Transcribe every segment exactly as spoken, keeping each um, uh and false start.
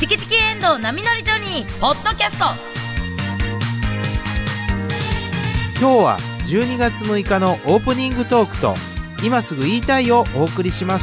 チキチキエンドウ波乗りジョニー」ポッドキャスト。 今日はじゅうにがつむいかのオープニングトークと今すぐ言いたいをお送りします。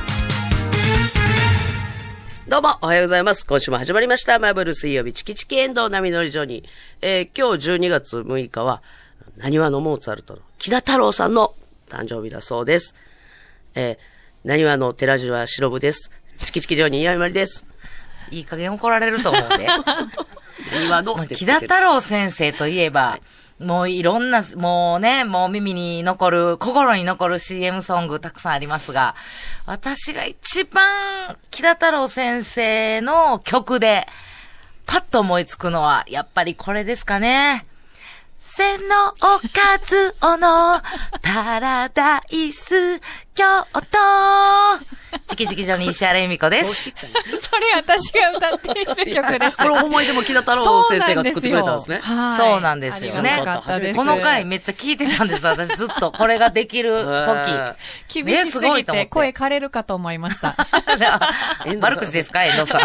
どうもおはようございます。今週も始まりましたマーブル水曜日チキチキエンドウ波乗りジョニー、えー、今日じゅうにがつむいかはなにわのモーツァルトの木田太郎さんの誕生日だそうです。えー、なにわの寺島しのぶです。チキチキジョニーやまりです。 いい加減怒られると思うんで今の木田太郎先生といえば、はい、もういろんな、もうね、もう耳に残る、心に残る シーエム ソングたくさんありますが、私が一番木田太郎先生の曲でパッと思いつくのはやっぱりこれですかね。瀬野和夫のパラダイス京都。チキチキジョニー石原由美子です。 それ私が歌っている曲です。 これ思い出も木田太郎先生が作ってくれたんですね。 そうなんですよね。この回めっちゃ聞いてたんです。私ずっとこれができる時。 厳しすぎて声枯れるかと思いました。 悪口ですか、遠藤さん。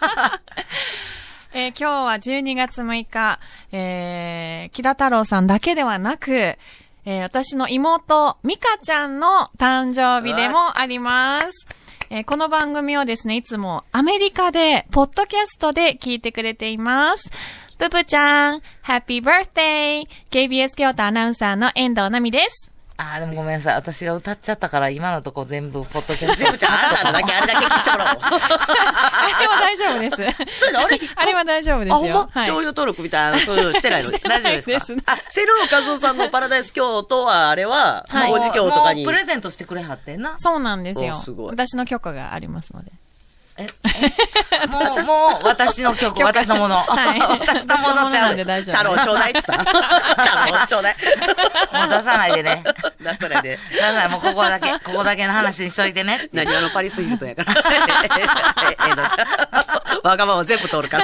えー、今日はじゅうにがつむいか、えー、木田太郎さんだけではなく、えー、私の妹、美香ちゃんの誕生日でもあります。えー、この番組をですね、いつもアメリカで、ポッドキャストで聞いてくれています。ぷぷちゃん、ハッピーバースデー ケービーエス 京都アナウンサーの遠藤奈美です。 あー、でもごめんなさい。私が歌っちゃったから、今のとこ全部、ポッドキャスト。 全部ちゃん、あなただけ、あれだけ消してもらおう。 あれは大丈夫です。 そういうのあれあれは大丈夫ですよ。 あ、ほんま、はい、商用登録みたいな、そういうのしてないの大丈夫ですかですね。あ、瀬野和夫さんのパラダイス京都は、あれは、 はい、 工事京とかに。 もうプレゼントしてくれはってんな。 そうなんですよ。 すごい。 私の許可がありますので。 え、えもう、もう、私の曲、私のもの。はい。私のものちゃう。 で大丈夫。 太郎ちょうだいって言った太郎ちょうだい。 もう出さないでね。 出さないで。 出さない、もうここだけ、ここだけの話にしといてね。 何あのパリスヒルトンやから。え、え、え、どうじゃ。わがまま全部通るから。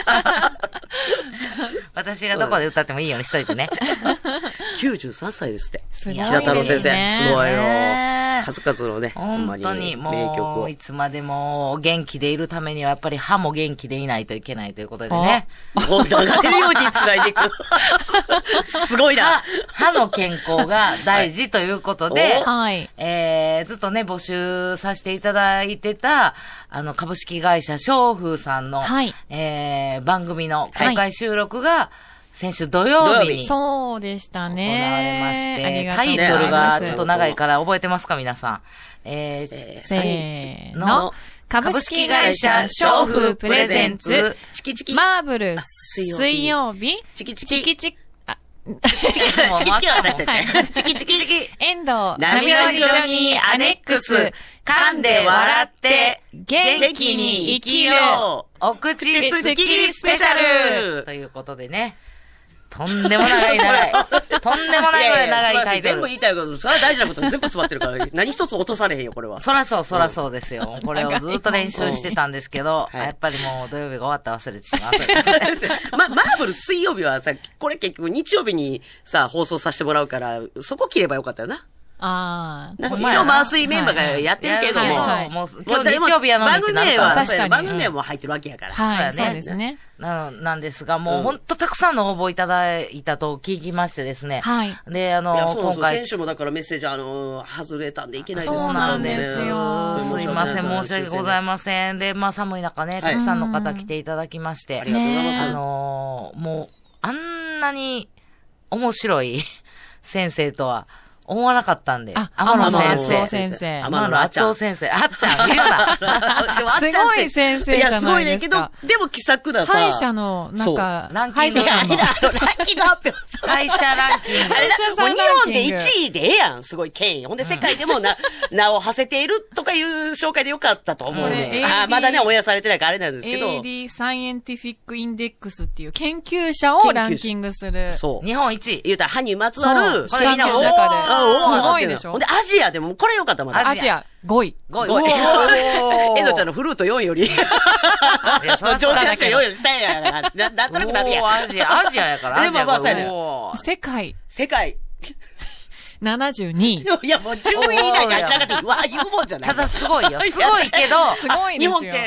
私がどこで歌ってもいいようにしといてね。 きゅうじゅうさんさいですって。 すごい。 木田太郎先生。すごいよ。数々のね、 本当にもう、いつまでも元気でいるためにはやっぱり歯も元気でいないといけないということでね。 もう流れるように繋いでいく。すごいな。 歯の健康が大事ということで、 はい。 えー、ずっとね、募集させていただいてた、あの、株式会社商風さんの、はい、えー、番組の公開収録が、はい先週土曜日にそうでしたね。 行われまして、タイトルがちょっと長いから覚えてますか皆さん。えー、 せーの。株式会社商風プレゼンツチキチキマーブル水曜日チキチキチキチキチキチキは出しててチキチキ遠藤波乗りジョニーアネックス噛んで笑って元気に生きようお口すっきりスペシャルということでね。とんでもない長い。とんでもないぐらい長いタイトル。 全部言いたいこと、それは大事なこと全部詰まってるから、何一つ落とされへんよ、これは。 そらそう、そらそうですよ。これをずっと練習してたんですけど、やっぱりもう土曜日が終わったら忘れてしまう。 ま、マーブル水曜日はさ、これ結局日曜日にさ、放送させてもらうから、そこ切ればよかったよな。 ああ。 なんか一応マースイメンバーがやってるけども、 もう今日日曜日やのにってなるから番組名は、番組名も入ってるわけやから。 はい、そうですね。 な、なんですが、もうほんとたくさんの応募いただいたと聞きましてですね。 はい。 で、あの、 今回。先週もだからメッセージ、あの、外れたんでいけないですね。 そうなんですよ。 すいません、申し訳ございません。で、まあ寒い中ね、たくさんの方来ていただきまして。 ありがとうございます。 あの、もう、あんなに面白い先生とは、思わなかったんで。 あ、 天野先生。 先生。 天野厚夫先生。あっちゃん、言うな。 すごい先生じゃないですか。いや、すごいね。 けど、でも気さくださ。 歯医者の、なんか、 ランキング。 ランキング発表。 歯医者ランキング。 もう日本でいちいでええやん。すごい権威。ほんで世界でもな、名を馳せているとかいう紹介でよかったと思うね。あ、まだね、オンエアされてないからあれなんですけど。 エーディー サイエンティフィックインデックスっていう研究者をランキングする。 そう。 日本一。 言うたら歯にまつわる。 これみんなもすごいでしょ。 ほんで、アジアでも、これよかったまだ。 アジア、ごい。 ごい。 ごい。エドちゃんのフルートよんより。いや、その上手な人よんより下やな。な、なんとなくなるやん。 アジア、アジアやから。 でもまあ、そうやね。 世界。 世界。 ななじゅうにい。 いや、もうじゅうい以内に入ってなかったら、うわ、言うもんじゃない。 ただすごいよ。すごいけど、 すごいですよ。 日本って、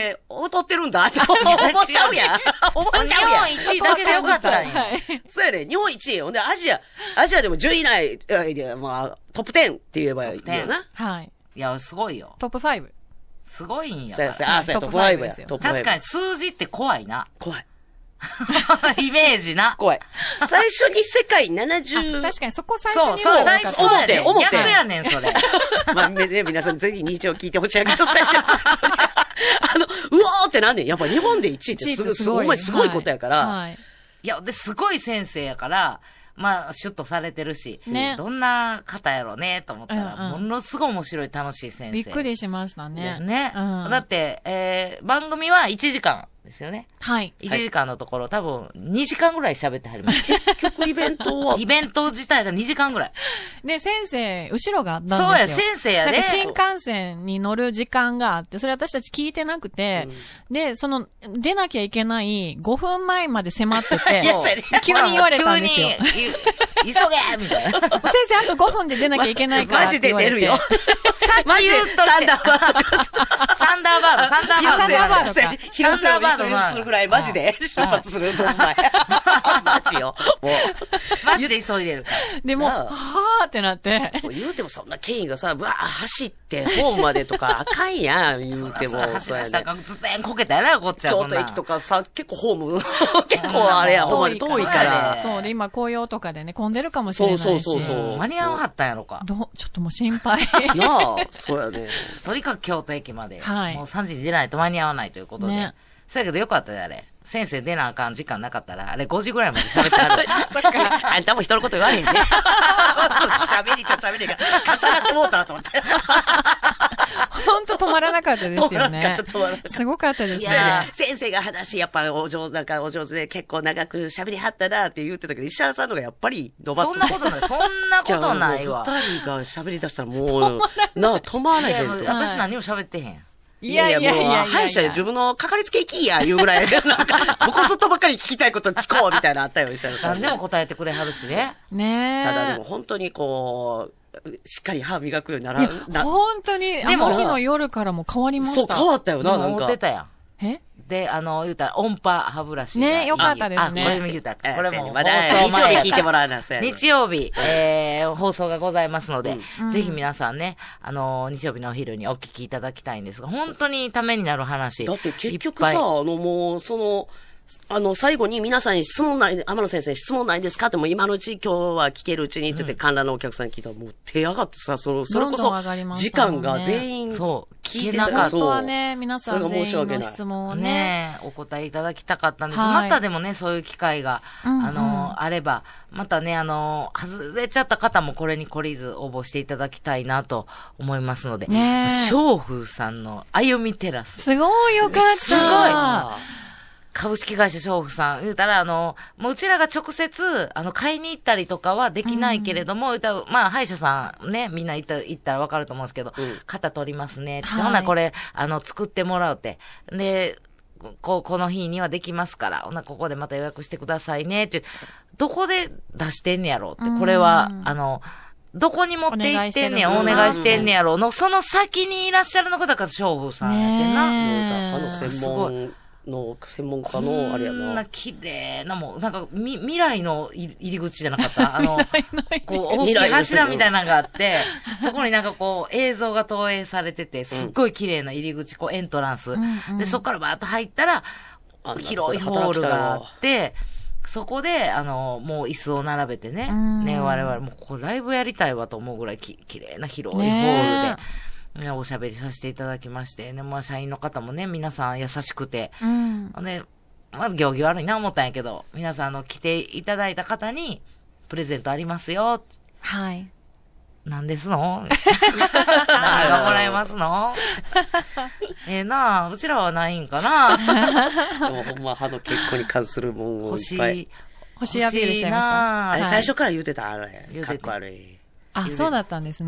劣ってるんだって思っちゃうやん。思っちゃうやん。 日本一位だけでよかったんや。 そうやね。日本一位。ほんで、アジア、アジアでもじゅうい以内、いやまあ、トップじゅうって言えばいいよな。 はい。 いや、すごいよ。 トップファイブ。 すごいんやそうや、 かそうや、あ、そうや、トップファイブや。トップファイブ。 確かに数字って怖いな。 怖い。 イメージな。 怖い。最初に世界ななじゅう。 確かにそこ最初にそう、そう、最初やねん。 思って逆やねん、それ。 まあ、ね、皆さんぜひ日曜聞いてほしいけど、あの、うおーってなんねん。やっぱ日本でいちいってすごい、すごい、すごいことやから。 はい。 いや、で、すごい先生やから、まあ、シュッとされてるし、 ね、 どんな方やろうね、と思ったら、 うんうん、 ものすごい面白い楽しい先生。 びっくりしましたね。 ね。 うん、 だって、えー、番組はいちじかんですよね。 はい。 いちじかんのところ、多分にじかんぐらい喋ってはります。 結局イベントはイベント自体がにじかんぐらい。 で、先生、後ろがあったんですよ。そうや、先生やで。 新幹線に乗る時間があって、それ私たち聞いてなくて、うん、で、その、出なきゃいけないごふんまえまで迫ってて、急に言われたんですよ。 急げみたいな。先生、あとごふんで出なきゃいけないからって言われて。 マジで出るよ。 さっき言うとサンダーバード。 サンダーバード、サンダーバード。 サンダーバードか。 広瀬をびっくりするぐらいマジで出発する。マジよ。もう。 マジで急いでるから。 でも、はーってなって。 言うてもそんなケインがさ、ぶわー走ってホームまでとかあかんやん、言うても。 走らしたかずっとこけたやろ、こっちは。 京都駅とかさ、結構ホーム、結構あれや、ほんまに遠いから。 そうで、今紅葉とかでね、混んでるかもしれないし。 そうそうそう。 間に合わはったんやろか。 どうちょっともう心配。 なあ、そうやね。 とにかく京都駅まで。 はい。 もうさんじに出ないと間に合わないということで。ね。そうやけどよかったで、あれ。先生出なあかん時間なかったら、あれごじぐらいまで喋ってある。 そっか。あんたも人のこと言われへんね。喋りと喋りが重なってもうたと思って。 ほんと止まらなかったですよね。 止まらなかった、止まらなかった。 すごかったですね。 いや先生が話、やっぱお上手、なんかお上手で結構長く喋りはったなって言ってたけど、石原さんのがやっぱり伸ばす。 そんなことない。そんなことないわ。 二人が喋り出したらもう、なあ、止まらへん。 私何も喋ってへん。 いやいやいやいやいや。 歯医者で自分のかかりつけ行きや、言うぐらい。なんか、ここずっとばっかり聞きたいこと聞こう、みたいなあったよ、石原さん。 何でも答えてくれはるしね。 ねえ。 ただでも本当にこう、しっかり歯磨くようにならな。 本当に、あの日の夜からも変わりました。 そう、変わったよな、なんか。 持ってたやん。 えで、あの、言うたら、音波歯ブラシ。 ね、よかったですね。 あ、これも言うた。これも、 まだ、日曜日聞いてもらわなさい。 日曜日、えー、放送がございますので、ぜひ皆さんね、あの、日曜日のお昼にお聞きいただきたいんですが、本当にためになる話。 だって結局さ、あの、もう、その、あの、最後に皆さんに質問ない、天野先生質問ないですかっても今のうち今日は聞けるうちにって言って観覧のお客さんに聞いたらもう手上がってさ、その、それこそ時間が全員そう聞いてなかった。 本当はね、皆さん全員の質問をね、 ねお答えいただきたかったんです。またでもね、そういう機会が、あの、あれば、またね、あの、外れちゃった方もこれに懲りず応募していただきたいなと思いますので、 ね翔風さんの歩みテラス。 すごいよかった。 すごい。株式会社翔風さん、言うたら、あの、もううちらが直接、あの、買いに行ったりとかはできないけれども、うん、言うたら、まあ、歯医者さんね、みんな行った、行ったらわかると思うんですけど、うん、肩取りますね。はい、ほな、これ、あの、作ってもらうって。で、こ、この日にはできますから、ほな、ここでまた予約してくださいね、って。どこで出してんねやろうって。これは、あの、どこに持って行ってんねや、お願いしてんねやろうの、その先にいらっしゃるのが、だから翔風さんやってんな。 歯の専門の専門家のあれやな。 こんな綺麗な、もう、なんか、み、未来の入り口じゃなかったあの、こう、大きい柱みたいなのがあって、そこになんかこう、映像が投影されてて、すっごい綺麗な入り口、こう、エントランス。うんうん、で、そこからバーッと入ったら、広いホールがあって、そこで、あの、もう椅子を並べてね、ね、我々、もうここライブやりたいわと思うぐらいき、綺麗な広いホールで、ね、おしゃべりさせていただきまして、ね、まあ、社員の方もね、皆さん優しくて、うん、ね、まあ、行儀悪いな思ったんやけど、皆さん、あの、来ていただいた方に、プレゼントありますよ。 はい。 何ですの何がもらえますのええなあ、うちらはないんかなでもほんま、歯の結婚に関するもんをいっぱい。 欲しいアピールしちゃいました。 あれ、最初から言うてた、あれ。 言うてた。 かっこ悪い。 あ、そうだったんですね。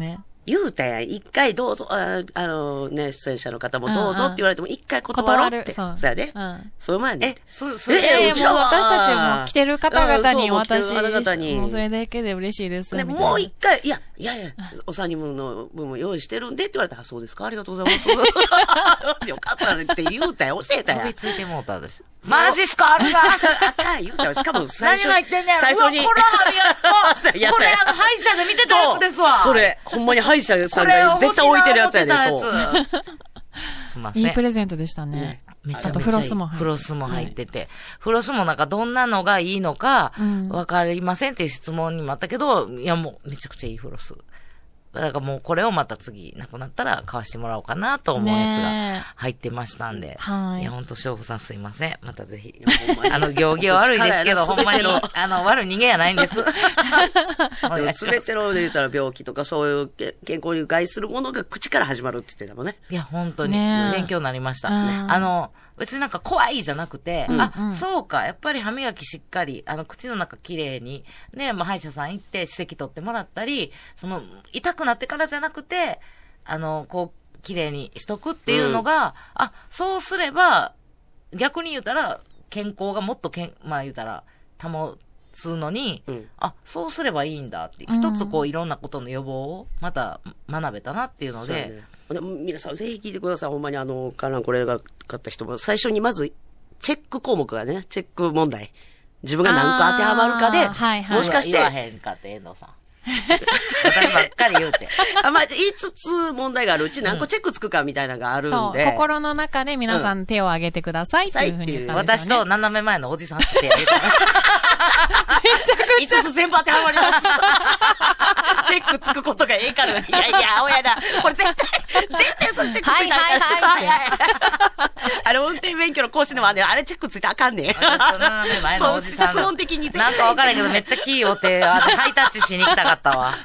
言うたやん。一回どうぞ、あ、あのね、出演者の方もどうぞって言われても一回断ろうって。 断る。 そうやね。 うん。 そういう前ね。 え、そう、それ、 ええー、もう私たちも来てる方々にうん私、 そうもう来てる方々にもうそれだけで嬉しいです。 で、 みたいなもう一回、いや、いやいや、お三人分の分も用意してるんでって言われたら、そうですか、ありがとうございます。よかったねって言うたよ、教えたやん。 飛びついてもうたです。マジっすかありがとうあかん言うたよ。しかも最初何も言ってんねやろ。 最初に。 うわこれはいやこれあの、歯医者で見てたやつですわ。 それ、ほんまに歯医者さんが絶対置いてるやつやで、そう。 すいません。 いいプレゼントでしたね。 めちゃあとフロスも入ってて。 フロスも入ってて。フロスもなんかどんなのがいいのか、わかりませんっていう質問にもあったけど、いやもうめちゃくちゃいいフロス。だからもうこれをまた次なくなったら買わしてもらおうかなと思うやつが入ってましたんで。 はい。 いや、ほんと、しょうふさんすいません。またぜひ。あの、行儀は悪いですけど、ほんまに、あの、悪い人間やないんです。 すべてので言ったら病気とかそういう健康に害するものが口から始まるって言ってたもんね。 いや、本当に、 ね勉強になりました。 うんあの、別になんか怖いじゃなくて、 うんあ、 うんそうか、やっぱり歯磨きしっかり、あの、口の中きれいに、ね、まあ、歯医者さん行って歯石取ってもらったり、その、痛くなってからじゃなくて、あの、こう、きれいにしとくっていうのが、うん、あ、そうすれば、逆に言うたら、健康がもっとけん、まあ言うたら、保つのに、うん、あ、そうすればいいんだって、一つこういろんなことの予防をまた学べたなっていうので、 ね、皆さんぜひ聞いてください。ほんまにあの、観覧これが買った人も、最初にまず、チェック項目がね、チェック問題。自分が何個当てはまるかで、 はいはい、 もしかして。 言わへんかって、遠藤さん。私ばっかり言うて。 あまあ、いつつ問題があるうち何個チェックつくかみたいなのがあるんで。 そう、心の中で皆さん手を挙げてくださいっていうふうに言ったんですよね。 私と斜め前のおじさんって手挙げた。 めちゃくちゃ。 いつつ全部当てはまります。チェックつくことがええから。いやいや、青やな。これ絶対、絶対それチェックついたらあかん。はいはいはい。あれ、運転免許の講師のはね、あれチェックついたらあかんねん。 私と斜め前のおじさん。 質問的に絶対。 なんかわからんけど、めっちゃキーをて、あの、ハイタッチしに行きたかったわ。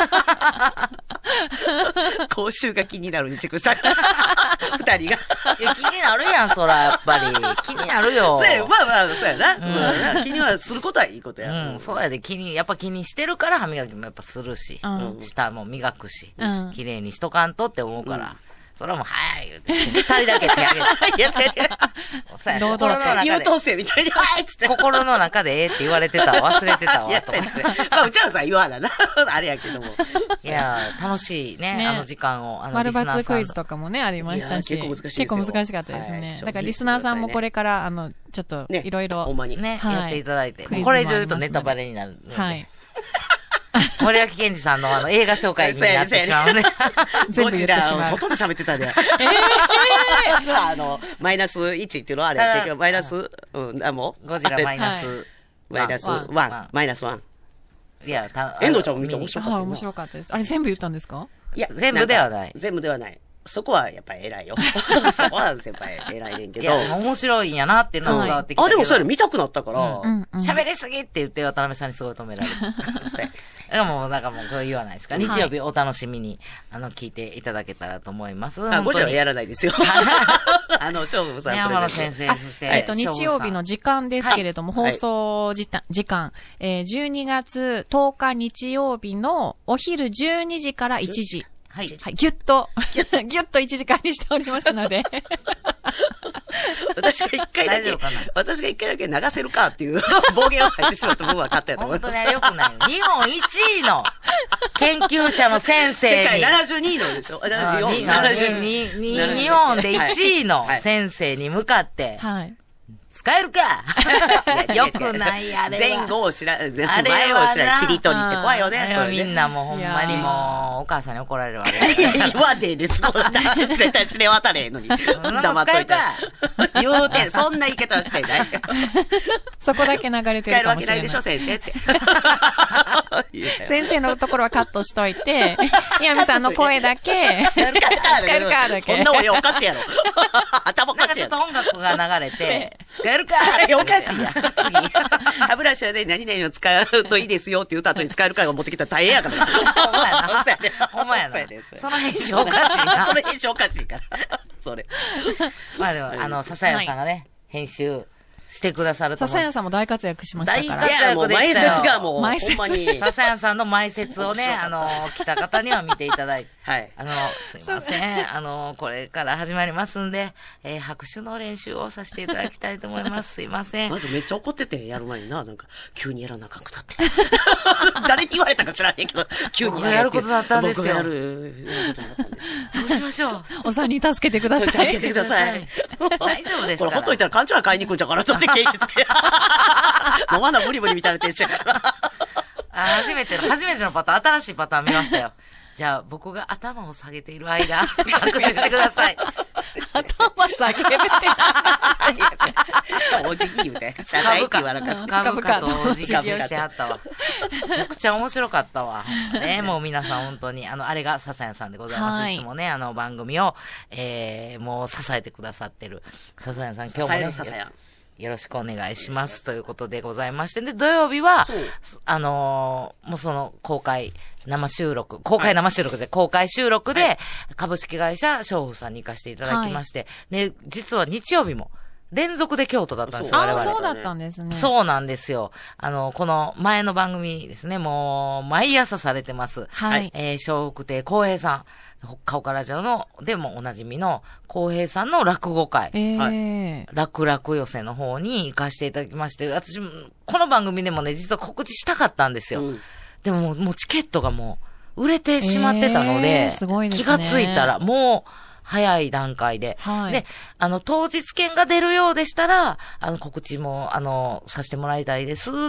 講習が気になるにチェックした。二人が。 いや、気になるやん、そら、やっぱり。気になるよ。 そうや、まあまあ、そうやな。うん、気にはすることはいいことや。 うん、そうやで、気に、やっぱ気にしてるから歯磨きもやっぱするし、うん、舌も磨くし、うん、綺麗にしとかんとって思うから、うん、それはもう、はい、言うて、二人だけ手挙げて。いや、そうやね。そうやね。心の中で。 優等生みたいに、はいっつって。 心の中でええって言われてたわ、忘れてたわ。 いや、そうやね。まあ、うちらさん言わなな。あれやけども。 いや、楽しいね、ねあの時間を。あの、 丸抜クイズとかもね、ありましたし。 結構難しいです結構難しかったですね。はい、だからリスナーさんもこれから、あの、ちょっと、いろいろ。 ほんまに。 ね、やっていただいて。これ以上言うとネタバレになる。 はい。 森脇健児さんのあの映画紹介になってしまうね。 全部言ってしまう。ほとんど喋ってたんだよ。えー、あの、マイナスいちっていうのはあれ、結局マイナス、うん、あ、もうゴジラマイナス、 マイナスワン、マイナスワン。 いや、た、 遠藤ちゃんも見て面白かった。 はい、面白かったです。あれ全部言ったんですか？ いや、全部ではない。 全部ではない。そこはやっぱり偉いよ。そこは先輩偉いねんけど。いや、面白いんやなっていうのは伝わってきた。 あ、でもそれ見たくなったから。 喋りすぎって言って渡辺さんにすごい止められる。だからもう、だからもうこれ言わないですか。日曜日お楽しみに、あの、聞いていただけたらと思います。 あ、ゴジラはやらないですよ。あの、勝負さん。 山野先生、そして。 えっと、日曜日の時間ですけれども、放送時間、え、じゅうにがつとおか日曜日のお昼じゅうにじからいちじ。はい。はい。ぎゅっと、ぎゅっといちじかんにしておりますので。 私が一回だけ、私が一回だけ流せるかっていう暴言を入ってしまった部分は勝ったやと思います。 本当にあれ良くないよ。日本一位の研究者の先生に。 世界ななじゅうにいのでしょ？ななじゅうにい。日本でいちいの先生に向かって。はい。使えるかよくないあれは。 前後を知ら、前を知ら、切り取りって怖いよね。 それみんなもうほんまにもう、お母さんに怒られるわけ。 いや、言わねえです。絶対知れ渡れへんのに。黙っといて。言うて、そんな言い方はしてない。 そこだけ流れてるかもしれない。使えるわけないでしょ、先生って。 先生のところはカットしといて、岩見さんの声だけ、使えるかだけ。 そんな俺おかしいやろ。頭おかしいやろ。 なんかちょっと音楽が流れて、使えるかあれおかしいや。次。歯ブラシはね、何々を使うといいですよって言った後に使えるから持ってきたら大変やから。 ほんまやな。ほんまやな。その編集おかしいな。 その編集おかしいから。それ。 まあでも、あの、笹谷さんがね、編集してくださると思う。 笹谷さんも大活躍しましたから。 大活躍でしたよ。 いや、もう前説がもう、 前説ほんまに。 笹谷さんの前説をね、あの、来た方には見ていただいて。 はい。 あの、すいません。あの、これから始まりますんで、えー、拍手の練習をさせていただきたいと思います。すいません。 まずめっちゃ怒ってて、やる前にな、なんか、急にやらなあかんくなって。誰に言われたか知らんねんけど、急にやることだったんですよ。 僕がやる、やることだったんですよ。 どうしましょう。 お三人助けてください。 助けてください。 大丈夫ですかこれほっといたら勘違い買いに行くんちゃうかなと思ってケーキつけ。もうまだ無理無理みたいなテンションやから。 あ、初めての、初めてのパターン、新しいパターン見ましたよ。じゃあ、僕が頭を下げている間、拍手してください。 頭下げてない。 お辞儀言うて。謝罪って言わなかった。 深々とお辞儀してはったわ。めちゃくちゃ面白かったわ。ね、もう皆さん本当に、あの、あれが笹谷さんでございます。はい、いつもね、あの、番組を、えー、もう支えてくださってる笹谷さん、今日もね。笹谷よろしくお願いします。ということでございまして。で、土曜日は、あのー、もうその公開生収録、公開生収録で、はい、公開収録で、株式会社娼婦さんに行かせていただきまして、はい、で、実は日曜日も、連続で京都だったんですよ、我々。 あ、そうだったんですね。 そうなんですよ。あの、この前の番組ですね、もう、毎朝されてます。はい。えー、笑福亭公平さん。北岡ラジオの、でもおなじみの、公平さんの落語会。えー、はい。楽々寄せの方に行かせていただきまして、私、この番組でもね、実は告知したかったんですよ。うん、でも、もうチケットがもう、売れてしまってたので、えー、すごいですね。気がついたら、もう、早い段階で。はい。で、あの、当日券が出るようでしたら、あの、告知も、あの、させてもらいたいですって、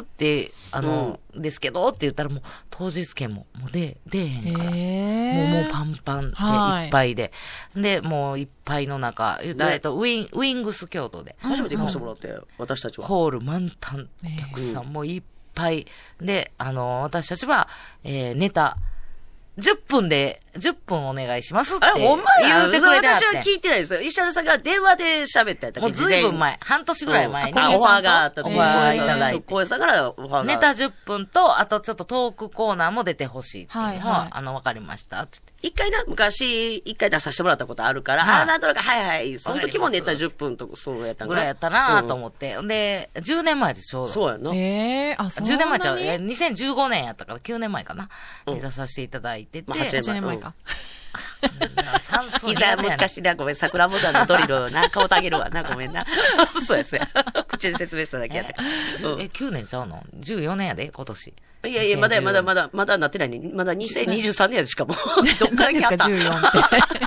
あの、うん、ですけどって言ったらもう、当日券も、もう出、出えへんから。もう、もうパンパンで、いっぱいで。で、もう、いっぱいの中、えっと、ウィン、ウィングス京都で。 初めて行かせてもらって、私たちは。 ホール満タン、お客さんもいっぱい。で、あの、私たちは、えー、ネタ、じゅっぷんで、じゅっぷんお願いしますって。 あれ、ほんまや。 言うてくれてはって。 私は聞いてないですよ。石原さんが電話で喋ったやったっけ。 もうずいぶん前。半年ぐらい前に。 うん、あ、オファーがあったオファーいただいて。 小江さんからオファーが。 ネタじゅっぷんと、あとちょっとトークコーナーも出てほしいっていうのは、はいはい、あの、わかりました。って一回な、昔、一回出させてもらったことあるから、はい、あ、なんとなく、はいはい。その時もネタじゅっぷんとか、そうやったんぐらいやったなぁと思って。うん、で、じゅうねんまえでちょうど。 そうやな。 ええー、あ、そうじゅうねんまえちゃう。えー、にせんじゅうごねんやったから、きゅうねんまえかな。うん、出させていただいてて。 まあ、はちねんまえか。 算数難しいな。ごめん。桜ボタンのドリルをな、顔とあげるわな。ごめんな。そうやそうや。口で説明しただけやったから。 え、きゅうねんちゃうの ?じゅうよねんやで、今年。 いやいや、まだまだまだ、まだなってないね。まだにせんにじゅうさんねんやでしかも。どっから来はった ?じゅうよん って。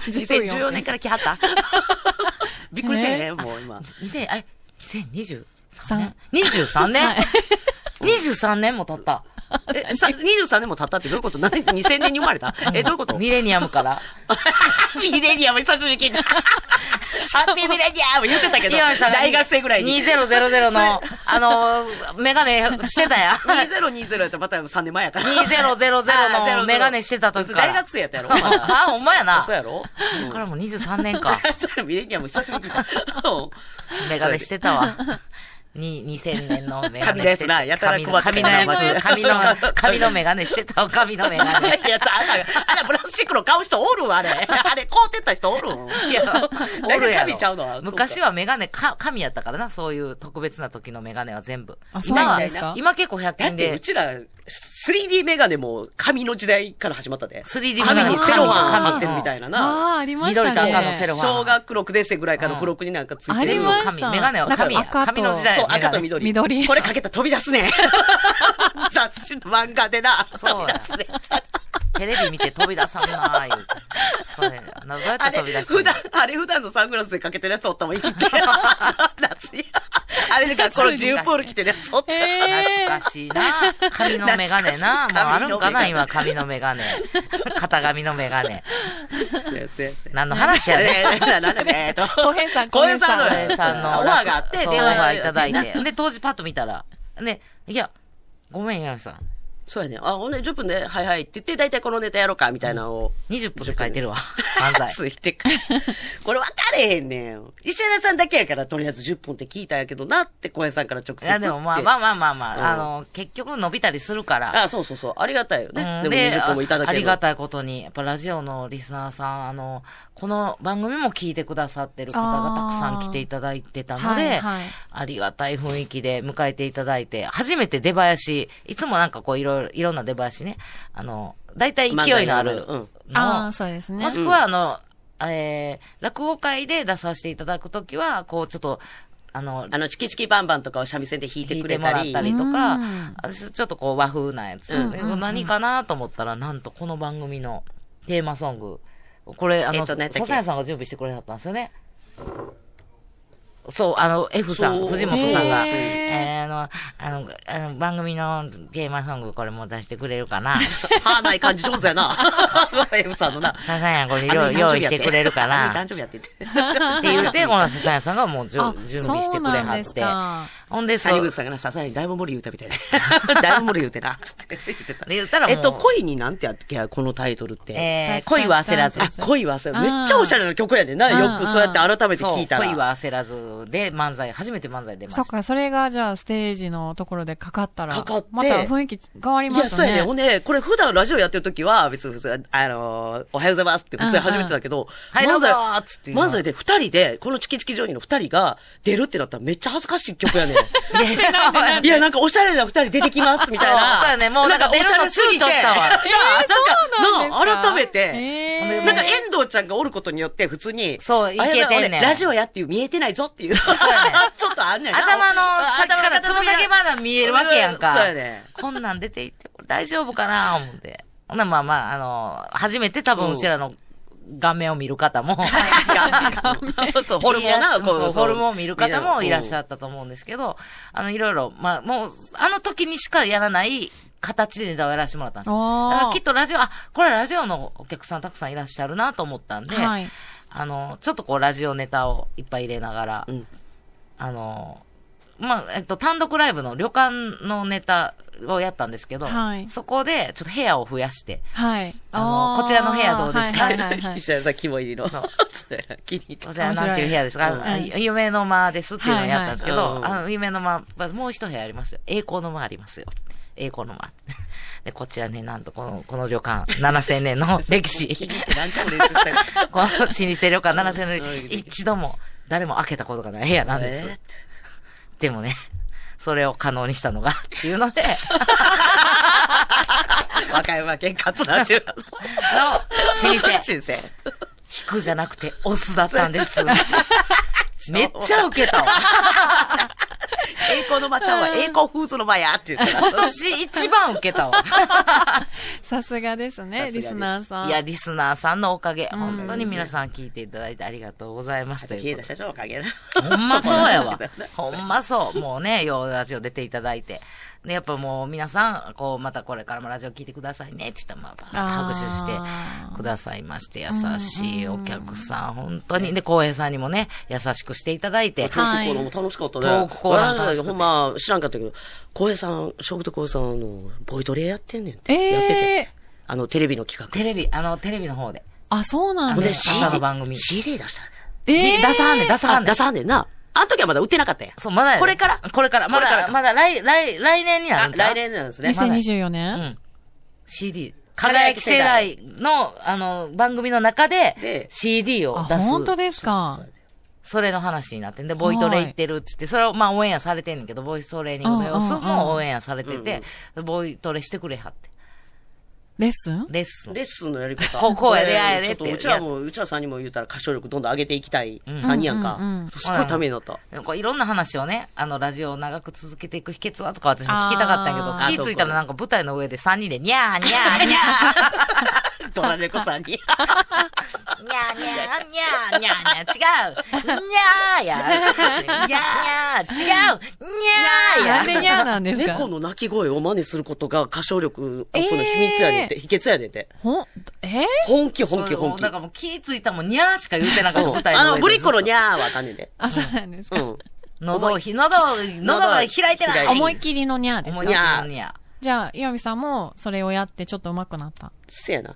にせんじゅうよねんから来はったびっくりせんね、もう今。 にせん、え、にせんにじゅうさんねん ?にじゅうさんねん ?にじゅうさんねんも経った。 え、にじゅうさんねんも経ったってどういうこと何 ?にせんねんに生まれたえ、どういうことミレニアムから。 ミレニアム久しぶりに聞いた。ハッピーミレニアム言ってたけど、大学生ぐらいに。 にせんの、あの、メガネしてたや。 にせんにじゅうやったらまたさんねんまえやから。 にせんのメガネしてた時から。 大学生やったやろあ、ほんまやな。 そうやろそっからもうにじゅうさんねんか。 ミレニアム久しぶりに聞いた。 メガネしてたわ。に、にせんねんのメガネしてた。 紙のやつな、やたら配って紙のやつ、紙の、紙のメガネしてたわ、紙のメガネ。 いや、あんな、あんなプラスチックの買う人おるわ、あれ。あれ、買うてった人おるん。いや、 おるやろ。 紙ちゃうのは。 昔はメガネ、か、紙やったからな、そういう特別な時のメガネは全部。 あ、そうなんですか？ 今結構ひゃく均で。 うちら、スリーディー メガネも紙の時代から始まったで。 スリーディー メガネ紙にセロハン貼ってるみたいなな。 ああ、ありましたね。 緑と赤のセロハン。 小学ろくねん生ぐらいから付録になんかついてる。 ありました。 メガネは紙や。紙の時代。 そう、赤と緑。 緑。 これかけたら飛び出すね。雑誌の漫画でな。飛び出すね。 テレビ見て飛び出さんなー言うて。それ、どうやって飛び出すの？ 普段、あれ普段のサングラスでかけてるやつおったもん、生きて。夏に。あれで学校のジュープール着てるやつおった。 懐かしいな。紙のメガネな。もうあるんかな今、紙のメガネ。型紙のメガネ。何の話やねん。 えっと、 小平さん、 小平さんの、 小平さんの、 オファーがあって、 電話いただいて。で、当時パッと見たら、ね、いや、ごめん、山さん。 そうやね。あ、ほんでじゅっぷんで、はいはいって言って、だいたいこのネタやろうか、みたいなのを。 にじゅっぷんで書いてるわ。漫才。 ついてか。これ分かれへんねん。石原さんだけやから、とりあえずじゅっぷんって聞いたんやけどなって、小平さんから直接。いや、でもまあまあまあまあまあ、うん、あの、結局伸びたりするから。 あ、そうそうそう。ありがたいよね。 うん、 でもにじゅっぷんもいただける。 ありがたいことに、やっぱラジオのリスナーさん、あの、この番組も聞いてくださってる方がたくさん来ていただいてたので、あ、はいはい、 ありがたい雰囲気で迎えていただいて、初めて出囃子、いつもなんかこういろいろ、いろんな出囃子ね、あの、だいたい勢いのあるのを、 ああ、そうですね。 もしくはあの、えー、落語会で出させていただくときは、こうちょっと、あの、 あの、チキチキバンバンとかを三味線で弾いて弾いくれたり。 てもらったりとかう、んちょっとこう和風なやつ、 うんうんうん何かなと思ったら、なんとこの番組のテーマソング、これ、あの、 えっと何やったっけ笹谷さんが準備してくれはったんですよね。そう、あの、F さん、 そう藤本さんが、 へーえー、あの、あの、あの、番組のテーマソング、これも出してくれるかな。 はぁない感じ上手やな。エフさんのな。 笹谷これあの用用意してくれるかな。 誕生日やって。 って言って、この笹谷さんがもうじゅあ準備してくれはそうなんですって。 かほんで、そう。 谷口さんがな、さすがにだいぶ無理言うたみたいな。だいぶ無理言うてな、つって言ってた。 で言ったらもうえっと、恋になんてやったっけこのタイトルって。 えー、恋は焦らず。 あ、恋は焦らず。めっちゃおしゃれな曲やねんな。よくそうやって改めてそう聞いたら。 恋は焦らずで漫才、初めて漫才出ました。 そっか、それがじゃあステージのところでかかったら、 かかってまた雰囲気変わりいや、 ますね。 そうやね。ほんで、これ普段ラジオやってる時は、別に普通、あのー、おはようございますって普通に始めてたけど、 はい、どうぞ漫才ーっつって言うの。 漫才で二人で、このチキチキジョニーの二人が出るってなったらめっちゃ恥ずかしい曲やねん。いや、なんかおしゃれな二人出てきますみたいな。 そうそうやねもうなんか出るの躊躇したわなんか、 そうなんですかな改めて、 えーなんか遠藤ちゃんがおることによって普通に、 そういけてんねんあれ俺ラジオやっていう見えてないぞっていう。 うやねちょっとあんねんな。 頭の先からつま先まだ見えるわけやんか。 そうやね。 こんなん出ていって、これ大丈夫かな思って。ほんならまあまあ、あの、初めて多分うちらの顔面を見る方も、 そう、ホルモンな、こそう、ホルモンを見る方もいらっしゃったと思うんですけど、あの、いろいろ、まあ、もう、あの時にしかやらない形でネタをやらせてもらったんですよ。 あーだからきっとラジオ、あ、これラジオのお客さんたくさんいらっしゃるなと思ったんで、 はい。 あの、ちょっとこう、ラジオネタをいっぱい入れながら、 うんあの、まあ、えっと、単独ライブの旅館のネタをやったんですけど、 はいそこでちょっと部屋を増やして、 はい。 あのーこちらの部屋どうですかはいはいはいはい石原さん肝入りの。 そう気に入ってこちらなんていう部屋ですか、 面白いあ夢の間ですっていうのをやったんですけど、 はいはいうんあの夢の間、もう一部屋ありますよ。栄光の間ありますよ。栄光の間。で、こちらね、なんとこの、この旅館、ななせんねんの歴史。 気に入って何回も練習したよ。 この老舗旅館ななせんねんの歴史、一度も誰も開けたことがない部屋なんです。 えーでもね、それを可能にしたのが、っていうので、 和歌山県勝中の、老舗、 新生。 引くじゃなくて押すだったんです。めっちゃウケたわ。 栄光の間ちゃうわ。栄光フーズの間やって言ってた。 今年一番ウケたわ。 さすがですね、 さすがですリスナーさん。 いや、リスナーさんのおかげ、 ん本当に皆さん聞いていただいてありがとうございます。ということで消えた社長のおかげな。 ほんまそうやわ。ほんまそう。もうね、ようラジオ出ていただいて。で、やっぱもう皆さん、こう、またこれからもラジオ聞いてくださいね、って言ったら、まあ、拍手してくださいまして、優しいお客さん、本当に。で、浩平さんにもね、優しくしていただいて。 トークコーナーも楽しかったね。 トークコーナー楽しくてほんま、知らんかったけど、小平さん、食と小平さんの、ボイトレやってんねんって。 ええーやってて。あの、テレビの企画。 テレビ、あの、テレビの方で。 あ、そうなんほんで、 ですか。 朝の番組シーディー 出したね。 えー出さはんねん、出さはんねん。 あ出さはんねんな。あの時はまだ売ってなかったやん。 そう、まだやでこれからこれから。まだ、 これからまだ来、来、来年になあるんちゃう来年なんですね。 にせんにじゅうようねんん。シーディー。輝き世代の、あの、番組の中でで、 シーディー をあ、 出す。 本当ですか。 それの話になってんで、ボイトレ行ってるっつって、それをまあオンエアされてんねんけど、ボイストレーニングの様子うんうんうんもオンエアされてて、ボイトレしてくれはって。 レッスンレッスン。 レッスンのやり方。 こうこうやでああやでってちょっとうちらも、うちらさんにも言ったら歌唱力どんどん上げていきたいうんさんにんやんかうんうんうん。 すごいためになった。 こういろんな話をね、あの、ラジオを長く続けていく秘訣はとか私も聞きたかったんやあーけど、気ぃついたらなんか舞台の上でさんにんで、にゃーにゃーにゃー。 ドラ猫さんに。 にゃーにゃーにゃーにゃーにゃー、違う。にゃーや。にゃーにゃー、違う。にゃーや。 なんでニャーなんですか。 猫の鳴き声を真似することが歌唱力アップの秘密やねんって、秘訣やねんって。 ほん、え本気本気本気。 そうだからもう気ぃついたもん、にゃーしか言うてなかった舞台あの、 の上で。 ブリコのニャーはあかんねんで。 あ、そうなんですか。 うん。 喉をひ、喉を、喉が開いてない。 思いっきりのニャーです思いか。 っきりのにゃじゃあ、岩見さんもそれをやってちょっと上手くなった。 せやな。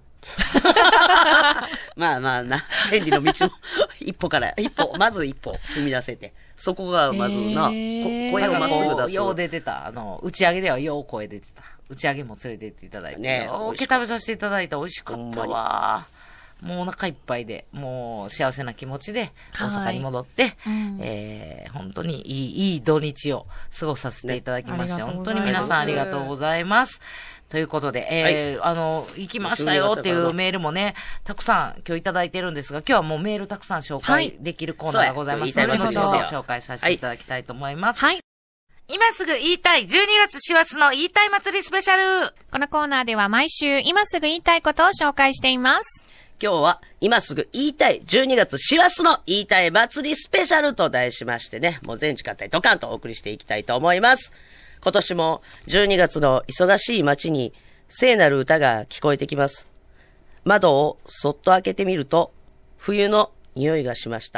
まあまあな、千里の道も一歩から、一歩、まず一歩踏み出せて。そこがまずな、こへー声をまっすぐ出す。 よう出てた。あの、打ち上げではよう声出てた。打ち上げも連れてっていただいて。 ねようけ食べさせていただいて美味しかったわ。 もうお腹いっぱいで、もう幸せな気持ちで大阪に戻って、はいうん、えー、本当にいい、いい土日を過ごさせていただきまして、ね、本当に皆さんありがとうございます。ということで、えー、はい、あの、行きましたよっていうメールもね、たくさん今日いただいてるんですが、今日はもうメールたくさん紹介できるコーナーがございますので、後ほど紹介させていただきたいと思います。はい。今すぐ言いたいじゅうにがつ師走の言いたい祭りスペシャル。 このコーナーでは毎週今すぐ言いたいことを紹介しています。 今日は今すぐ言いたいじゅうにがつ師走の言いたい祭りスペシャルと題しましてね、もう全時間帯ドカンとお送りしていきたいと思います。今年もじゅうにがつの忙しい街に聖なる歌が聞こえてきます。窓をそっと開けてみると冬の匂いがしました。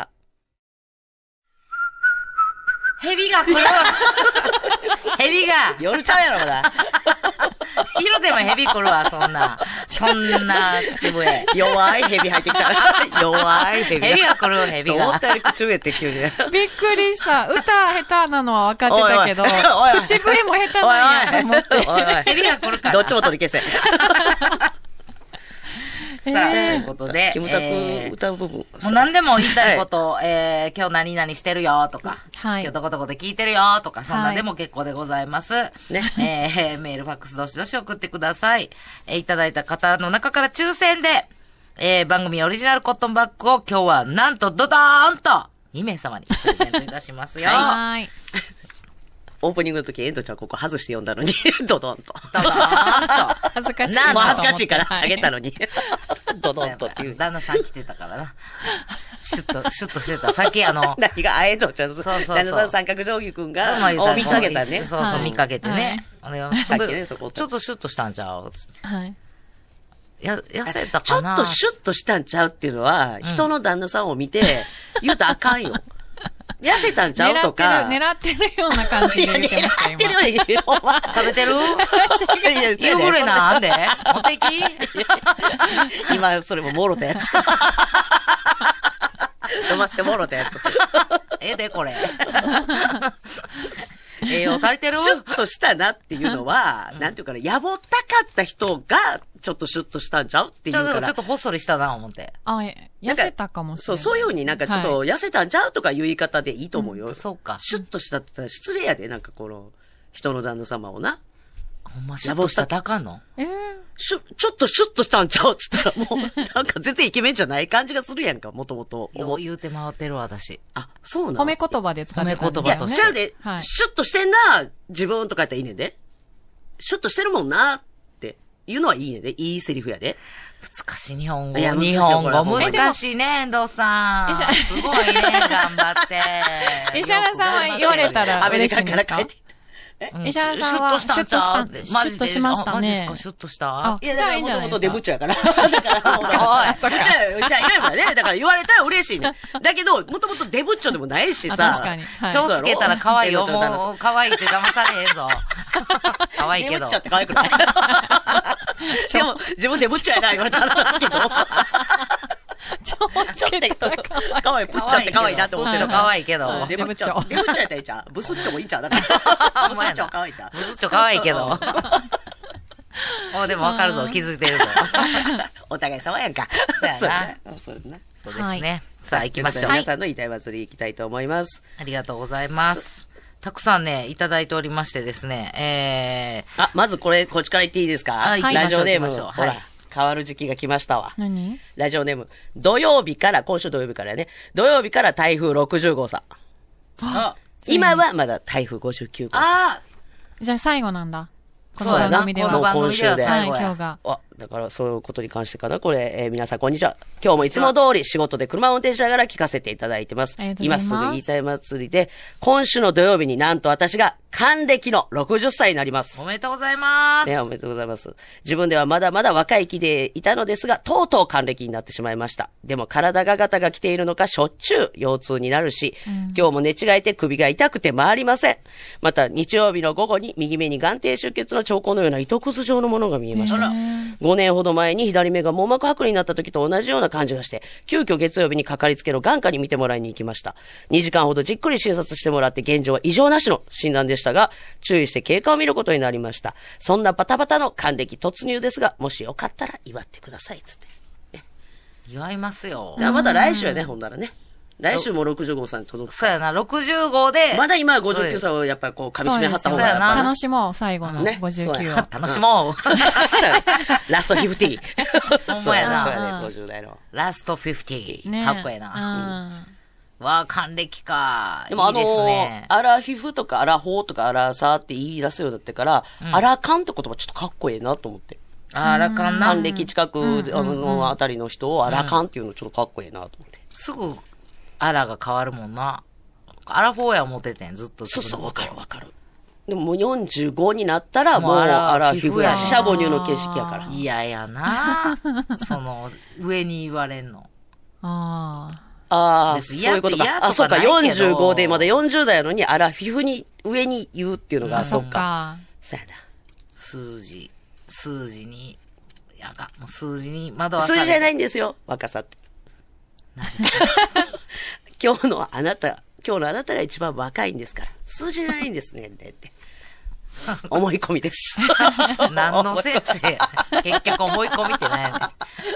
蛇が来る蛇が夜ちゃうやろまだ昼でも蛇来るわ、そんな。そんな口笛。 弱い蛇入ってきたら。弱い蛇が。 蛇が来る、蛇が。 思ったより口笛って急にね。 びっくりした。歌下手なのは分かってたけど、おいおい口笛も下手なんやと思って。 おいおい蛇が来るから。 どっちも取り消せ。 さあ、ということで、 キムタク歌う部分。 もう何でも言いたいこと、はい、えー、今日何々してるよとか、はい、今日どこどこで聞いてるよとか、そんなでも結構でございます。はい、ね。えー、メール、ファックス、どしどし送ってください。えー、いただいた方の中から抽選で、えー、番組オリジナルコットンバッグを今日はなんとドドーンとにめいさまにプレゼントいたしますよ。はい。 オープニングの時、エンドちゃんここ外して読んだのに、ドドンと。 ドドーンと。 恥ずかしい。 もう恥ずかしいから下げたのに。ドドンとっていう。 旦那さん来てたからな。シュッと、シュッとしてた。さっきあの、 何が、あえとちゃんと、 そうそうそう。 旦那さん三角定規くんが、を見かけたね。 そうそう、見かけてね。 さっきね、そこ。 ちょっとシュッとしたんちゃうつって。はい。や、痩せたかなちょっとシュッとしたんちゃうっていうのは、人の旦那さんを見て、言うとあかんよ。痩せたんちゃうとか。 狙ってる、狙ってるような感じで言ってました、今。 狙ってるように言う。 食べてる夕暮れなんで持ってき今、それももろたやつ。飲ましてもろたやつ。 ええで、これ。栄養足りてるシュッとしたなっていうのは、うん、なんていうかな、やぼったかった人が、ちょっとシュッとしたんちゃうっていうから。 ちょっとほっそりしたな、思って。 あ、痩せたかもしれない。 そう、そういうふうになんかちょっと痩せたんちゃうとかいう言い方でいいと思うよ。うん、 そうか。 シュッとしたって言ったら失礼やで、なんかこの、人の旦那様をな。 ほんまシュッとしたらあかんのえー、 シュちょっとシュッとしたんちゃうって言ったらもう、なんか全然イケメンじゃない感じがするやんか、もともと。 よう言うて回ってる私。 あ、そうなの褒め言葉で使ってる、 ね。褒め言葉として。 いや、じゃあね、はい、シュッとしてんな、自分とかやったらいいねんで。シュッとしてるもんな、っていうのはいいねんで。いいセリフやで。 難しい日本語。いや、日本語難しいね、遠藤さん。すごいね、頑張って。 石原さんは言われたら嬉しいんですか？ アメリカから帰って。 石原さんはシュッとした、シュッとしましたね。 マジですか、シュッとした？ いや、じゃあいいんじゃないですか。もともとデブッチョやから。だから、おい、うちは、うちは言えばね。だから言われたら嬉しいね。だけど、もともとデブッチョでもないしさ。 確かに。 超つけたら可愛いよ。もう、可愛いって騙されへんぞ。可愛いけど。 デブッチョって可愛くない？でも、自分デブッチョやな、言われたらですけど。 ちょつけたら可愛い。プッチョって可愛いなって思ってる。 可愛いけど。 デブッチョ。デブッチョやったらいいじゃん。ブスッチョもいいじゃん。だから。ブスッチョ可愛いじゃん。 ブスッチョ可愛いけど。お、でもわかるぞ。気づいてるぞ。 お互い様やんか。 そうやな。そうですね。 そうですね。さあ行きましょう。 皆さんの言いたい祭り行きたいと思います。 ありがとうございます。たくさんね、いただいておりましてですね。えー。あ、まずこれ、こっちから言っていいですか？ はい、 ラジオネーム。ほら。変わる時期が来ましたわ。 何？ ラジオネーム。土曜日から、今週土曜日からね。土曜日から台風ろくじゅう号さん。あ、今はまだ台風ごじゅうきゅう号さん。ああ。 じゃあ最後なんだ。 この番組では。 この番組では最後や。 今日が。 あ、だからそういうことに関してかな。これ、えー、皆さんこんにちは。今日もいつも通り仕事で車を運転しながら聞かせていただいてます。 ありがとうございます。 今すぐ言いたい祭りで、今週の土曜日になんと私が還暦のろくじゅっさいになります。 おめでとうございます。 ね、おめでとうございます。自分ではまだまだ若い気でいたのですが、とうとう還暦になってしまいました。でも体がガタが来ているのかしょっちゅう腰痛になるし、うん、今日も寝違えて首が痛くて回りません。また日曜日の午後に右目に眼底出血の兆候のような糸くず状のものが見えました。ごねんほど前に左目が網膜剥離になった時と同じような感じがして、急遽月曜日にかかりつけの眼科に見てもらいに行きました。にじかんほどじっくり診察してもらって現状は異常なしの診断でしたが、注意して経過を見ることになりました。そんなバタバタの還暦突入ですが、もしよかったら祝ってください。つって。ね、 祝いますよ。 じゃあまた来週やね、ほんならね。来週もろくじゅうごさんに届く。 そうやな、ろくじゅうごで。 まだ今はごじゅうきゅうさいをやっぱりこう、噛み締めはった方がやっぱ楽しもう、最後のごじゅうきゅうを。 ね、楽しもう。 ラストフィフティー。 ほんまやな。 そうやね、ごじゅう代の。 ラストフィフティー。 ね、 かっこええな。わあ、還暦か。 でもあのいいですね、 アラフィフとかアラフォーとかアラサーって言い出すようになってから、うん、アラカンって言葉ちょっとかっこええなと思って。 アラカンな。 還暦近く、うん、あの、あたりの人をアラカンっていうのちょっとかっこええなと思って。 すぐ、アラが変わるもんな。アラフォーや思っててん、ずっと。 そうそう、わかるわかる。でももうよんじゅうごになったら、もうアラフィフや、四捨五入の景色やから。 いややなその、上に言われんの。 ああ。 ああ、そういうことか。あ、そうか、よんじゅうごでまだよんじゅう代やのに、アラフィフに、上に言うっていうのが、うん、そっか。そうやな。 数字、数字に、やが、もう数字に惑わされ数字じゃないんですよ、若さって。今日のあなた、今日のあなたが一番若いんですから。数字じゃないんですね、年齢って。思い込みです。 何の先生結局思い込みってないね。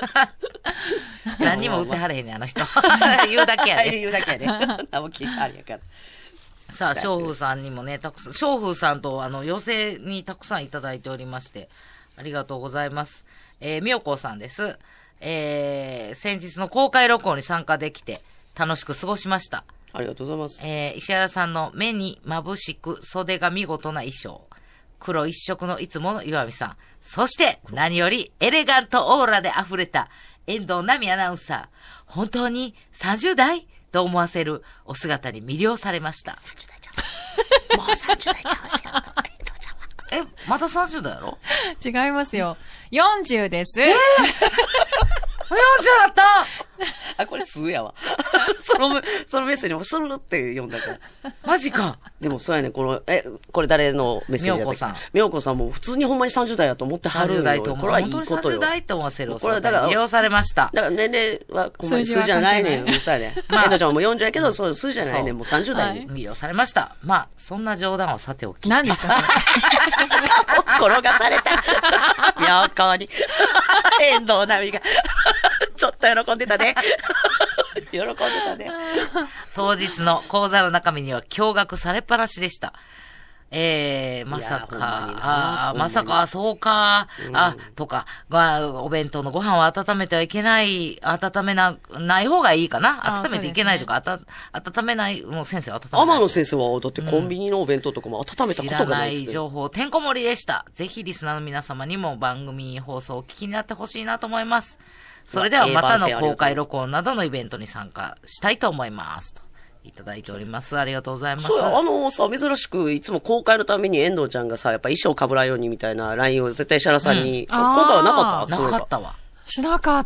何にも打ってはれへんねん、あの人。言うだけやね。 言うだけやね。あ、もう聞いてあるやから。 さあ、翔風さんにもね、たくさん、翔風さんと、あの、寄せにたくさんいただいておりまして、ありがとうございます。えー、みよこさんです。えー、先日の公開録音に参加できて、楽しく過ごしました。 ありがとうございます。 えー、石原さんの目に眩しく袖が見事な衣装。黒一色のいつもの岩見さん。そして、何よりエレガントオーラで溢れた遠藤奈美アナウンサー。本当にさんじゅう代と思わせるお姿に魅了されました。さんじゅう代ちゃう。もうさんじゅう代ちゃうんすよ。遠藤ちゃんは。え、またさんじゅう代やろ？ 違いますよ。よんじゅうです。えーよんじゅうだったあ、これ数やわ。その、そのメッセージもスルって読んだから。 マジか。 でもそうやね、この、え、これ誰のメッセージだったっけ？みょうこさん。みょうこさんも普通にほんまにさんじゅう代やと思ってはるんよ。 さんじゅう代と思う。 これはいいことよ。 本当にさんじゅう代と思わせる。 これだから、 利用されました。 だから年齢は、ほんまに数字じゃないねん。そうやね。まあ、遠藤ちゃんもよんじゅうやけど、そう、数字じゃないねん。もうさんじゅう代に。 利用されました。まあ、そんな冗談はさておき。 何ですか転がされた。妙高に。遠藤奈美が。ちょっと喜んでたね。喜んでたね。 当日の講座の中身には驚愕されっぱなしでした。えー、まさか、あまさか、そうか、うん、あ、とか、お弁当のご飯を温めてはいけない、温めな、ない方がいいかな。温めていけないとか、ね、温めない、もう先生は温めない。 天野先生は、だってコンビニのお弁当とかも温めたことがない、 知らない情報、てんこ盛りでした。ぜひリスナーの皆様にも番組放送をお聞きになってほしいなと思います。それではまたの公開録音などのイベントに参加したいと思います。といただいております。ありがとうございます。 そう、あのさ、珍しく、いつも公開のために遠藤ちゃんがさ、やっぱ衣装被らんようにみたいな ライン を絶対石原さんに、うん、今回はなかった？ なかったわ。 しなかった。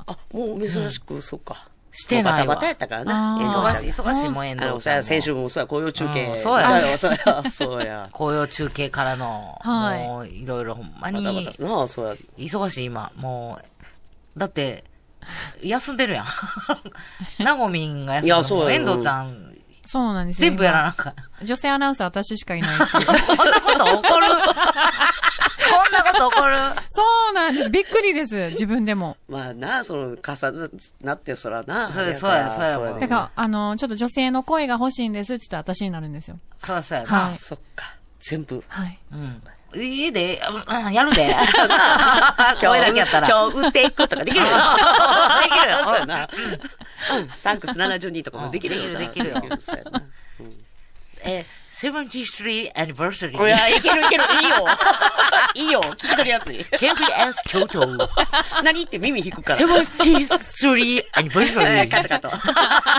あ、もう珍しく、うん、そっか。 してないわ。 バタバタやったからな。 忙しい、忙しいもん遠藤ちゃん。 先週もそうや、紅葉中継。 うん、そうや。 そうや、そうや。 紅葉中継からの、はい、もう、いろいろほんまに。 バタバタなあ、そうや。 忙しい今、もう、だって、休んでるやん。なごみんが休んでる。いや、そうや。遠藤ちゃん。 そうなんですよ。 全部やらなかった。 女性アナウンサー私しかいない。 こんなこと起こるこんなこと起こるそうなんです。びっくりです。自分でも。 まあな、その、重なってそらな。 それ、そうや、そうやもん。 だから、あの、ちょっと女性の声が欲しいんですって言って私になるんですよ。 そらそうやな。 はい、そっか。全部。 はい。 うん。いいで、うん、やるで。声だけやったら。 今日売っていくとかできるよ。できるよ。そうやな。うん。サンクスななじゅうにとかもできるよ。 できる、できるよ。そうやな。え、セブンティースリー anniversary。 いや、いけるいける。いいよ。いいよ。聞き取りやすい。 ケンビーエス 京都。 何って耳引くから。 セブンティースリー anniversary。 カタカタ。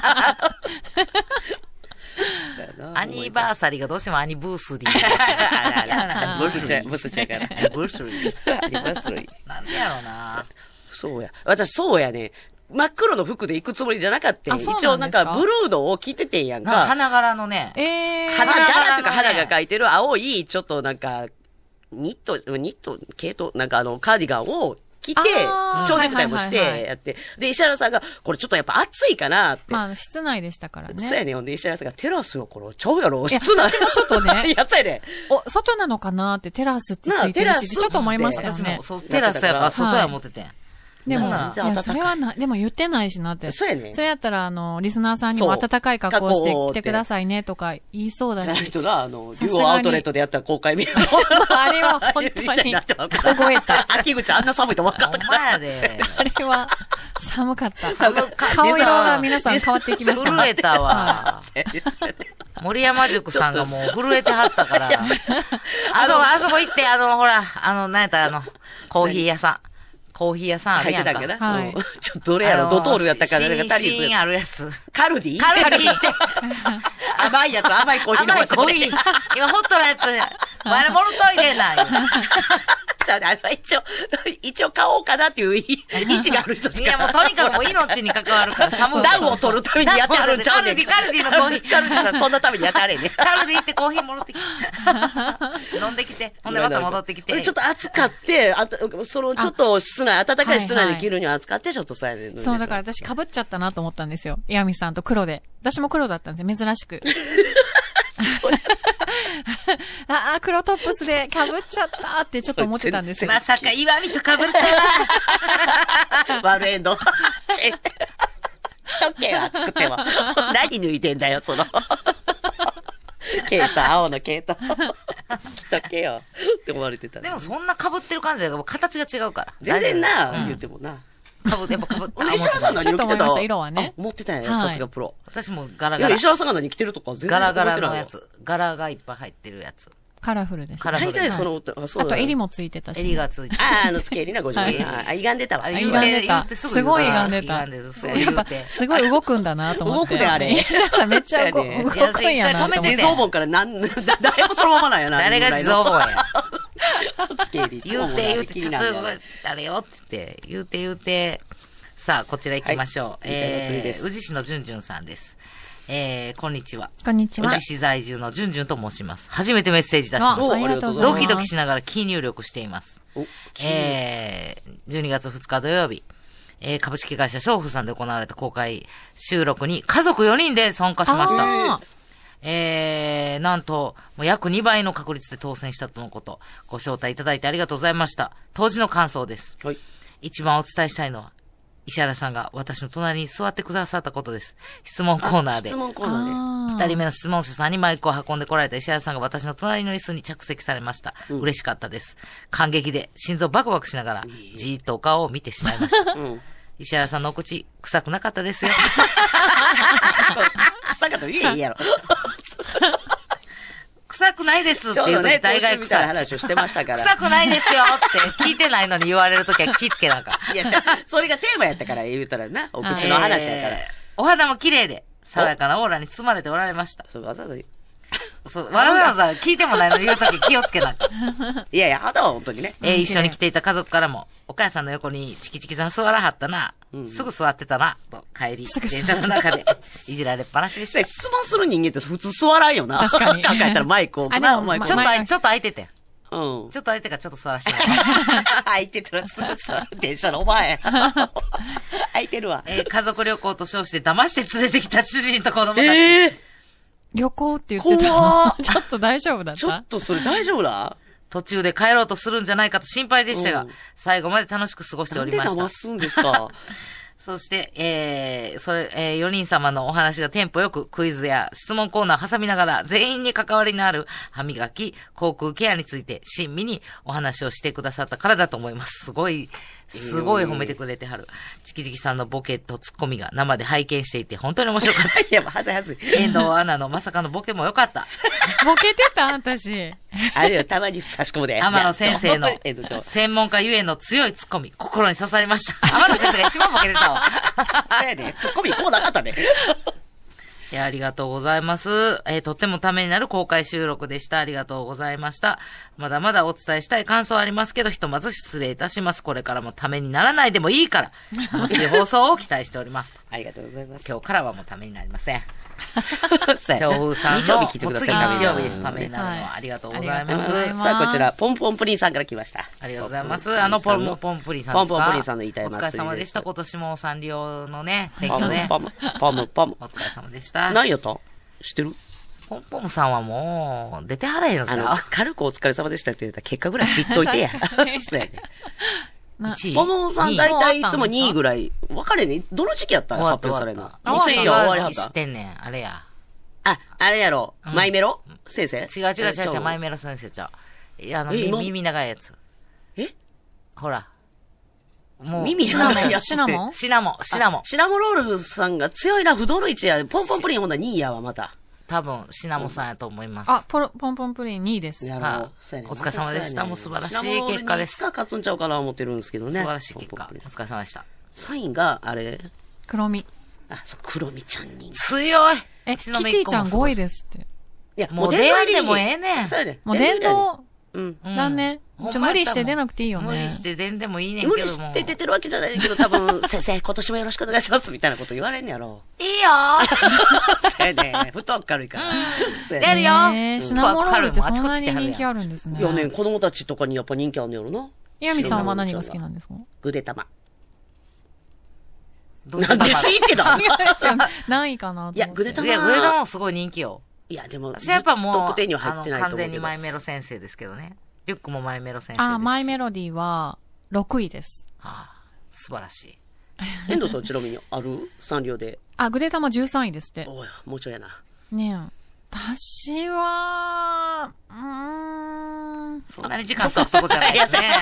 アニバーサリーがどうしてもアニブースリー。 ブースチャ、ブースチャから。 アニブースリー。 アニバーサリー。 なんでやろうな。 そうや。私、そうやね。真っ黒の服で行くつもりじゃなかった。一応なんかブルーのを着ててんやんか。 花柄のね。 えー。 花柄とか花が描いてる青い、ちょっとなんか、ニット、ニット、系統、なんかあの、カーディガンを着て、蝶ネクタイもしてやって、で、石原さんが、これちょっとやっぱ暑いかなって。 まあ、室内でしたからね。 そうやね。ほんで、石原さんが、テラスよ、これ、ちゃうやろ、室内。 私もちょっとね。 いや、そうやね。 お、外なのかなって、テラスってついてるし、ちょっと思いましたよね。 私も、そう、テラスやから外や思ってて。 でも、い全然温かいや、それはな、でも言ってないしなって。 そうやね。 それやったら、あの、リスナーさんにも温かい格好をして来てくださいねとか言いそうだし。 じゃないとな、あの、竜王アウトレットでやった公開見る。 あれは本当に、凍えた。 秋口あんな寒いと分かったから。 ほんまやで。 あれは、寒かった。 寒かった。 顔色が皆さん変わっていきました。 震えたわ。森山塾さんがもう震えてはったから。あそこ、あそこ行って、あの、ほら、あの、なんやったあの、コーヒー屋さん。コーヒー屋さんあるやんか。 入ってたっけな。 はい。 ちょっとどれやろ、ドトールやったから、なんかシーンあるやつ。 カルディカルディって。 甘いやつ、甘いコーヒーの甘いコーヒー。今ホットなやつ、前のもろといでない。 じゃあ、あの、一応、一応買おうかなっていう意思がある人しか。 いや、もうとにかくもう命に関わるから寒い。 暖を取るためにやってはるんちゃうねん。 カルディ、カルディのコーヒー。 カルディさん、そんなためにやってはれんねん。 カルディ行ってコーヒーもろってきて。飲んできて。ほんでまた戻ってきて。 ちょっと暑かって、あたその、ちょっと室内、暖かい室内で着るには暑かって、ちょっとさ、ね、 そう、だから私被っちゃったなと思ったんですよ。岩見さんと黒で。私も黒だったんですよ、珍しく。ああ、黒トップスで被っちゃったってちょっと思ってたんですよ。 まさか岩見と被るとは。ワルエンド。着とけよ、暑くても。何抜いてんだよ、その。ケータ、青のケータ。着とけよ。って思われてた。 でもそんな被ってる感じだけど、形が違うから。 全然な、言ってもな。 かぶ、やっぱかぶった。 石原さん何着てた？ ちょっと思いました、色はね。 持ってたんや、さすがプロ。 私もガラガラ。 いや、石原さんが何着てるとか全然ガラガラのやつ。柄がいっぱい入ってるやつ。 カラフルです。 カラフル。 大体その、 あ、そうだ。あと襟もついてたし。 襟がついてた。 ああ、あの、つけ襟な、ご自分。あ、歪んでたわ。 歪んでた。すごい歪んでた。やっぱ、すごい動くんだなと思って。 動くであれ。 石原さんめっちゃ動くんやなと思って。 地蔵盆からなん、誰もそのままなんやな。 誰が地蔵盆や。 つけ襟。 言うて言うて、ちょっと、あれよって言って、言うて言うて、さあ、こちら行きましょう。はい、えー、宇治市のじゅんじゅんさんです。えー、こんにちは。 こんにちは。 宇治市在住のじゅんじゅんと申します。初めてメッセージ出します。 ありがとうございます。 ドキドキしながらキー入力しています。えー、じゅうにがつふつか土曜日、えー、株式会社商婦さんで行われた公開収録に家族よにんで参加しました。えー、なんと、もう約にばいの確率で当選したとのこと。ご招待いただいてありがとうございました。当時の感想です。はい。一番お伝えしたいのは、石原さんが私の隣に座ってくださったことです。質問コーナーで。 質問コーナーで。二人目の質問者さんにマイクを運んでこられた石原さんが私の隣の椅子に着席されました。うん、嬉しかったです。感激で心臓バクバクしながら、じーっとお顔を見てしまいました。うん、石原さんのお口、臭くなかったですよ。 臭かったら言えいいやろ。 臭くないですって言うとき大概臭い。 話をしてましたから。 臭くないですよって聞いてないのに言われるときは気ぃつけなんか。 いや、それがテーマやったから言うたらな、お口の話やから。えー、 お肌も綺麗で、爽やかなオーラに包まれておられました。 そう、わざわざそう、わざわざ聞いてもないのに言うとき気をつけない。 いやいや、肌は本当にね。 えー、一緒に来ていた家族からも、お母さんの横にチキチキさん座らはったな、うんうん、すぐ座ってたな、と帰り、電車の中でいじられっぱなしでした。 質問する人間って普通座らんよな。 確かに。 考えたらマイクを。 あ、でも、マイクちょっと、ちょっと空いてて。 うん。 ちょっと空いてからちょっと座らせて空いてたらすぐ座る。電車のお前。空いてるわ。 えー、家族旅行と称して騙して連れてきた主人と子供たち。 えー旅行って言ってた。ちょっと大丈夫だった？ ちょっとそれ大丈夫だ？ 途中で帰ろうとするんじゃないかと心配でしたが、うん、最後まで楽しく過ごしておりました。 なんで騙すんですか？ そして、えー、それ、えー、よにん様のお話がテンポよくクイズや質問コーナーを挟みながら全員に関わりのある歯磨き、口腔ケアについて親身にお話をしてくださったからだと思います。すごい、すごい褒めてくれてはる。チキチキさんのボケとツッコミが生で拝見していて本当に面白かった。 いや、はずはずい。 遠藤アナのまさかのボケも良かった。 ボケてた私。 あれよ、たまに差し込むで。 天野先生の専門家ゆえの強いツッコミ、心に刺さりました。天野先生が一番ボケてたわ。 そうやね。ツッコミこうなかったね。 いや、ありがとうございます。えー、とってもためになる公開収録でした。ありがとうございました。まだまだお伝えしたい感想はありますけど、ひとまず失礼いたします。これからもためにならないでもいいから、楽しい放送を期待しております。 ありがとうございます。 今日からはもうためになりません。 そうやな。調布さんの、 日曜日聞いてください。 もう次日曜日です。ためになるのは、はい、ありがとうございます。 さあ、こちら、ポンポンプリンさんから来ました。 ありがとうございます。あのポンポンプリンさんですか？ ポンポンプリンさんの言いたいお疲れ様でした。今年もサンリオのね、選挙ね。 ポムポムポム。 お疲れ様でした。 何やった知ってる？ ポンポンさんはもう、出てはらへんのさ。 あの、軽くお疲れ様でしたって言ったら結果ぐらい知っといてや。そうやね。 な、 いちい。 ももさん大体いつもにいぐらい。 らい。分かれね。どの時期やった終わった発表されるの。 終わったいちいは終わりはっ知ったてんねん、あれや。 あ、あれやろ。 うんマイメロ先生違う違う違う違う、マイメメロ先生ちゃう。いや、あの、 え今み耳長いやつ。 えほら。もう、 耳じゃないやつって。 シナモンシナモン、シナモン。 シナモロールさんが強いな、不動のいちや。ポンポンプリンほんならにいやわ、また。 多分、シナモンさんやと思います。 あ、ポロ、ポンポンプリンにいです。 なるほどはい。 そうやねお疲れ様でした。もう素晴らしいシナモロール結果です。 にいつか勝つんちゃうかな思ってるんですけどね。 素晴らしい結果。 ポンポンプリンお疲れ様でした。 サインが、あれ、 黒み。 あ、そう、黒みちゃんに。い強いえ、 うちのキティ姪っ子もすごちゃんごいですって。 や、 もう出会いでもええんねん。 そうやね。 もう電動うん。 うんだね。ちょ、無理して出なくていいよね。 無理して出んでもいいねん無けども。 理して出てるわけじゃないけど、多分、先生、今年もよろしくお願いしますみたいなこと言われんねやろ。 いいよそうやね。太っ軽いから。そうやね。 出るよねえシナモロールってそんなに人気あるんですね。 いやね、子供たちとかにやっぱ人気あるんやろな。 ヤミさんは何が好きなんですか？ ぐでたま。 どうしなんでたかしいってだ違うですよ。何位かなと思って。 いやぐでたまいや、グレダもすごい人気よ。 いや、でも、 私やっぱもう、 トップじゅうには入ってないと思うけど。 あの完全にマイメロ先生ですけどね。リュックもマイメロ先生ですし。 あ、マイメロディーはろくいです。 はあ、素晴らしい。 遠藤さんちなみにあるサンリオで。 あ、グデタマじゅうさんいですって。 おい、もうちょいやな。 ねえ。私は、うーん。 そんなに時間割くとこじゃないですね。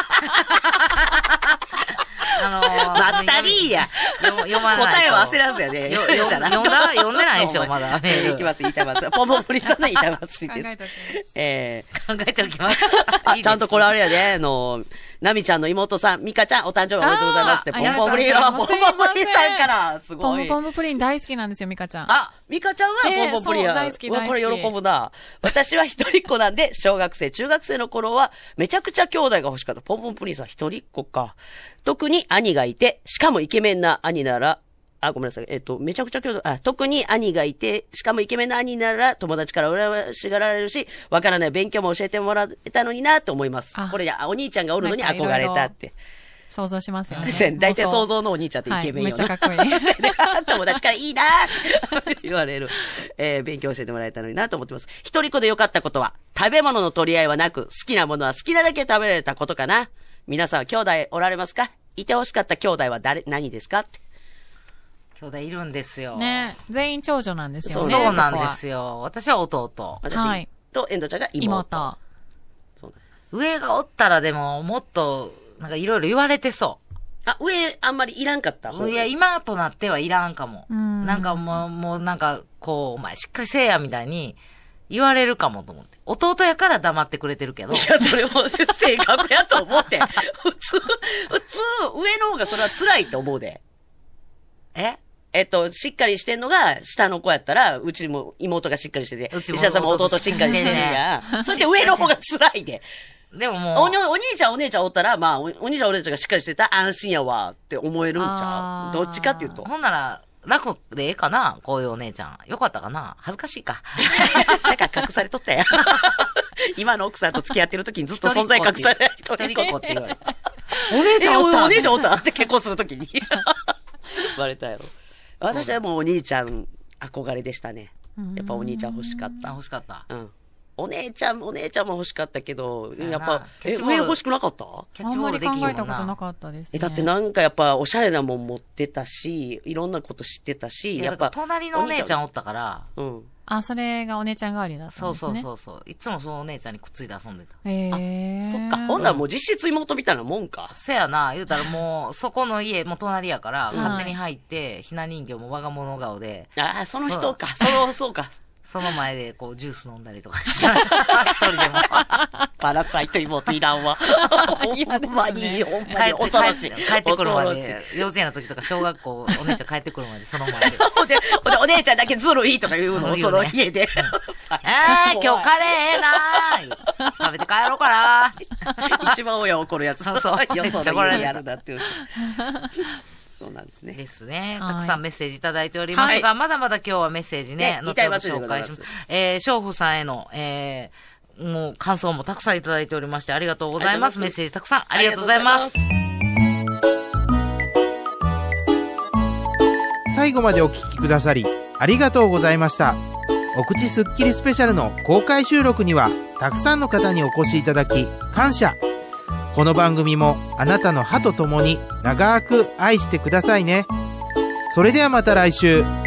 あのー、 バッタリーや。 読読まないと。 答えを焦らずやで。 よよ読んだ読んでないでしょ、まだ。メールいきます、言いたいます。ポンポンポリさんの言いたいます。 考えといてえー、 考えておきます。 あ、ちゃんとこれあれやで、あの、ナミちゃんの妹さん、ミカちゃん、お誕生日おめでとうございますって、 あーポンポンプリンは、 ありがとポンポンうございますプリンさんから、すポごい。 ンポンププリン大好きなんですよ、ミカちゃん。 あ、ミカちゃんはポンポンプリンや。 えーそう大好きうわ大好きこれ喜ぶな。私は一人っ子なんで、小学生、中学生の頃は、めちゃくちゃ兄弟が欲しかった。ポンポンプリンさん一人っ子か。特に兄がいて、しかもイケメンな兄なら、あ、ごめんなさい。えっと、めちゃくちゃ兄弟、あ、特に兄がいて、しかもイケメンな兄なら、友達から羨ましがられるし、わからない勉強も教えてもらえたのにな、と思いますあ。 これ、お兄ちゃんがおるのに憧れたって。 想像しますよね。 大体想像のお兄ちゃんってイケメンよな。 はい、めっちゃかっこいい。 友達からいいなって言われる。えー、勉強教えてもらえたのになと思ってます。一人っ子で良かったことは、食べ物の取り合いはなく、好きなものは好きなだけ食べられたことかな。皆さんは兄弟おられますか？いて欲しかった兄弟は誰、何ですかって。 兄弟いるんですよ。 ね全員長女なんですよそうね。 なんですよ。私は弟。 私はいと遠藤ちゃんが妹。 妹。 そうなんです上がおったらでも、もっと、なんかいろいろ言われてそあ、上あんまりいらんかったう。いや、今となってはいらんかも。 うんなんかもう、もうなんか、こう、お前しっかりせえや、みたいに言われるかもと思って。弟やから黙ってくれてるけど。 いや、それも性格やと思って。普通、普通、上の方がそれは辛いって思うで。 ええっと、しっかりしてんのが、下の子やったら、うちも妹がしっかりしてて、 うちも石田さんも弟しっかりしてるやん。そして上の方が辛いで。 でももう、 おに、お兄ちゃんお姉ちゃんおったら、まあ、おお兄ちゃんお姉ちゃんがしっかりしてたら安心やわって思えるんちゃあーうどっちかっていうと。 ほんなら、楽でええかなこういうお姉ちゃん。よかったかな恥ずかしいか。 なんか隠されとったやん。今の奥さんと付き合ってる時にずっと存在隠され、 一人っ子って言われた。 お姉ちゃんおったんお姉ちゃんおったって結婚するときに。言われたやろ。私はもうお兄ちゃん憧れでしたね。やっぱお兄ちゃん欲しかっあ、 た。 欲しかった。 うん。お姉ちゃん、お姉ちゃんも欲しかったけど、 そうやなやっぱ、え、 キャッチボール上欲しくなかったあんまりキャッチボールでき考えたひんもんな。 ことなかったです、ね。 え、だってなんかやっぱおしゃれなもん持ってたし、いろんなこと知ってたし、 いや、だからやっぱ。 隣のお姉ちゃんおったから、 うん。 あ、それがお姉ちゃん代わりだったんそうですね。 そうそうそう。いつもそのお姉ちゃんにくっついて遊んでた。 う。へえ。 そっか。ほんならもう実質妹みたいなもんか。 せやな、言うたらもう、そこの家、もう隣やから、 うん勝手に入って、ひな人形も我が物顔で、 ああ、その人か。その、そうか。 その前でこう、ジュース飲んだりとかして、一人でも。 パラサイト妹いらんわ。ほんまに、ほんまに帰って、 恐ろしい。 帰って帰ってくるま恐ろしいで、幼稚園の時とか小学校、お姉ちゃん帰ってくるまで、その前で。 ほんで、ほんで、お姉ちゃんだけずるいとか言うの、そ言うねの家で。 えー、今日カレーええなー食べて帰ろうかなー一番親怒るやつ。 そうそうよそめっちゃ怒られるの家でやるなっていう。そうなんですね。 ですね。 はいたくさんメッセージいただいておりますが、 はまだまだ今日はメッセージね、 ね後ほど言いたい祭りでございます紹介します。えー、娼婦さんへの、えー、もう感想もたくさんいただいておりまして、ありがとうございます。 ありがとうございますメッセージたくさんありがとうございます。 最後までお聞きくださりありがとうございました。お口すっきりスペシャルの公開収録にはたくさんの方にお越しいただき感謝。 この番組もあなたの歯と共に長く愛してくださいね。それではまた来週。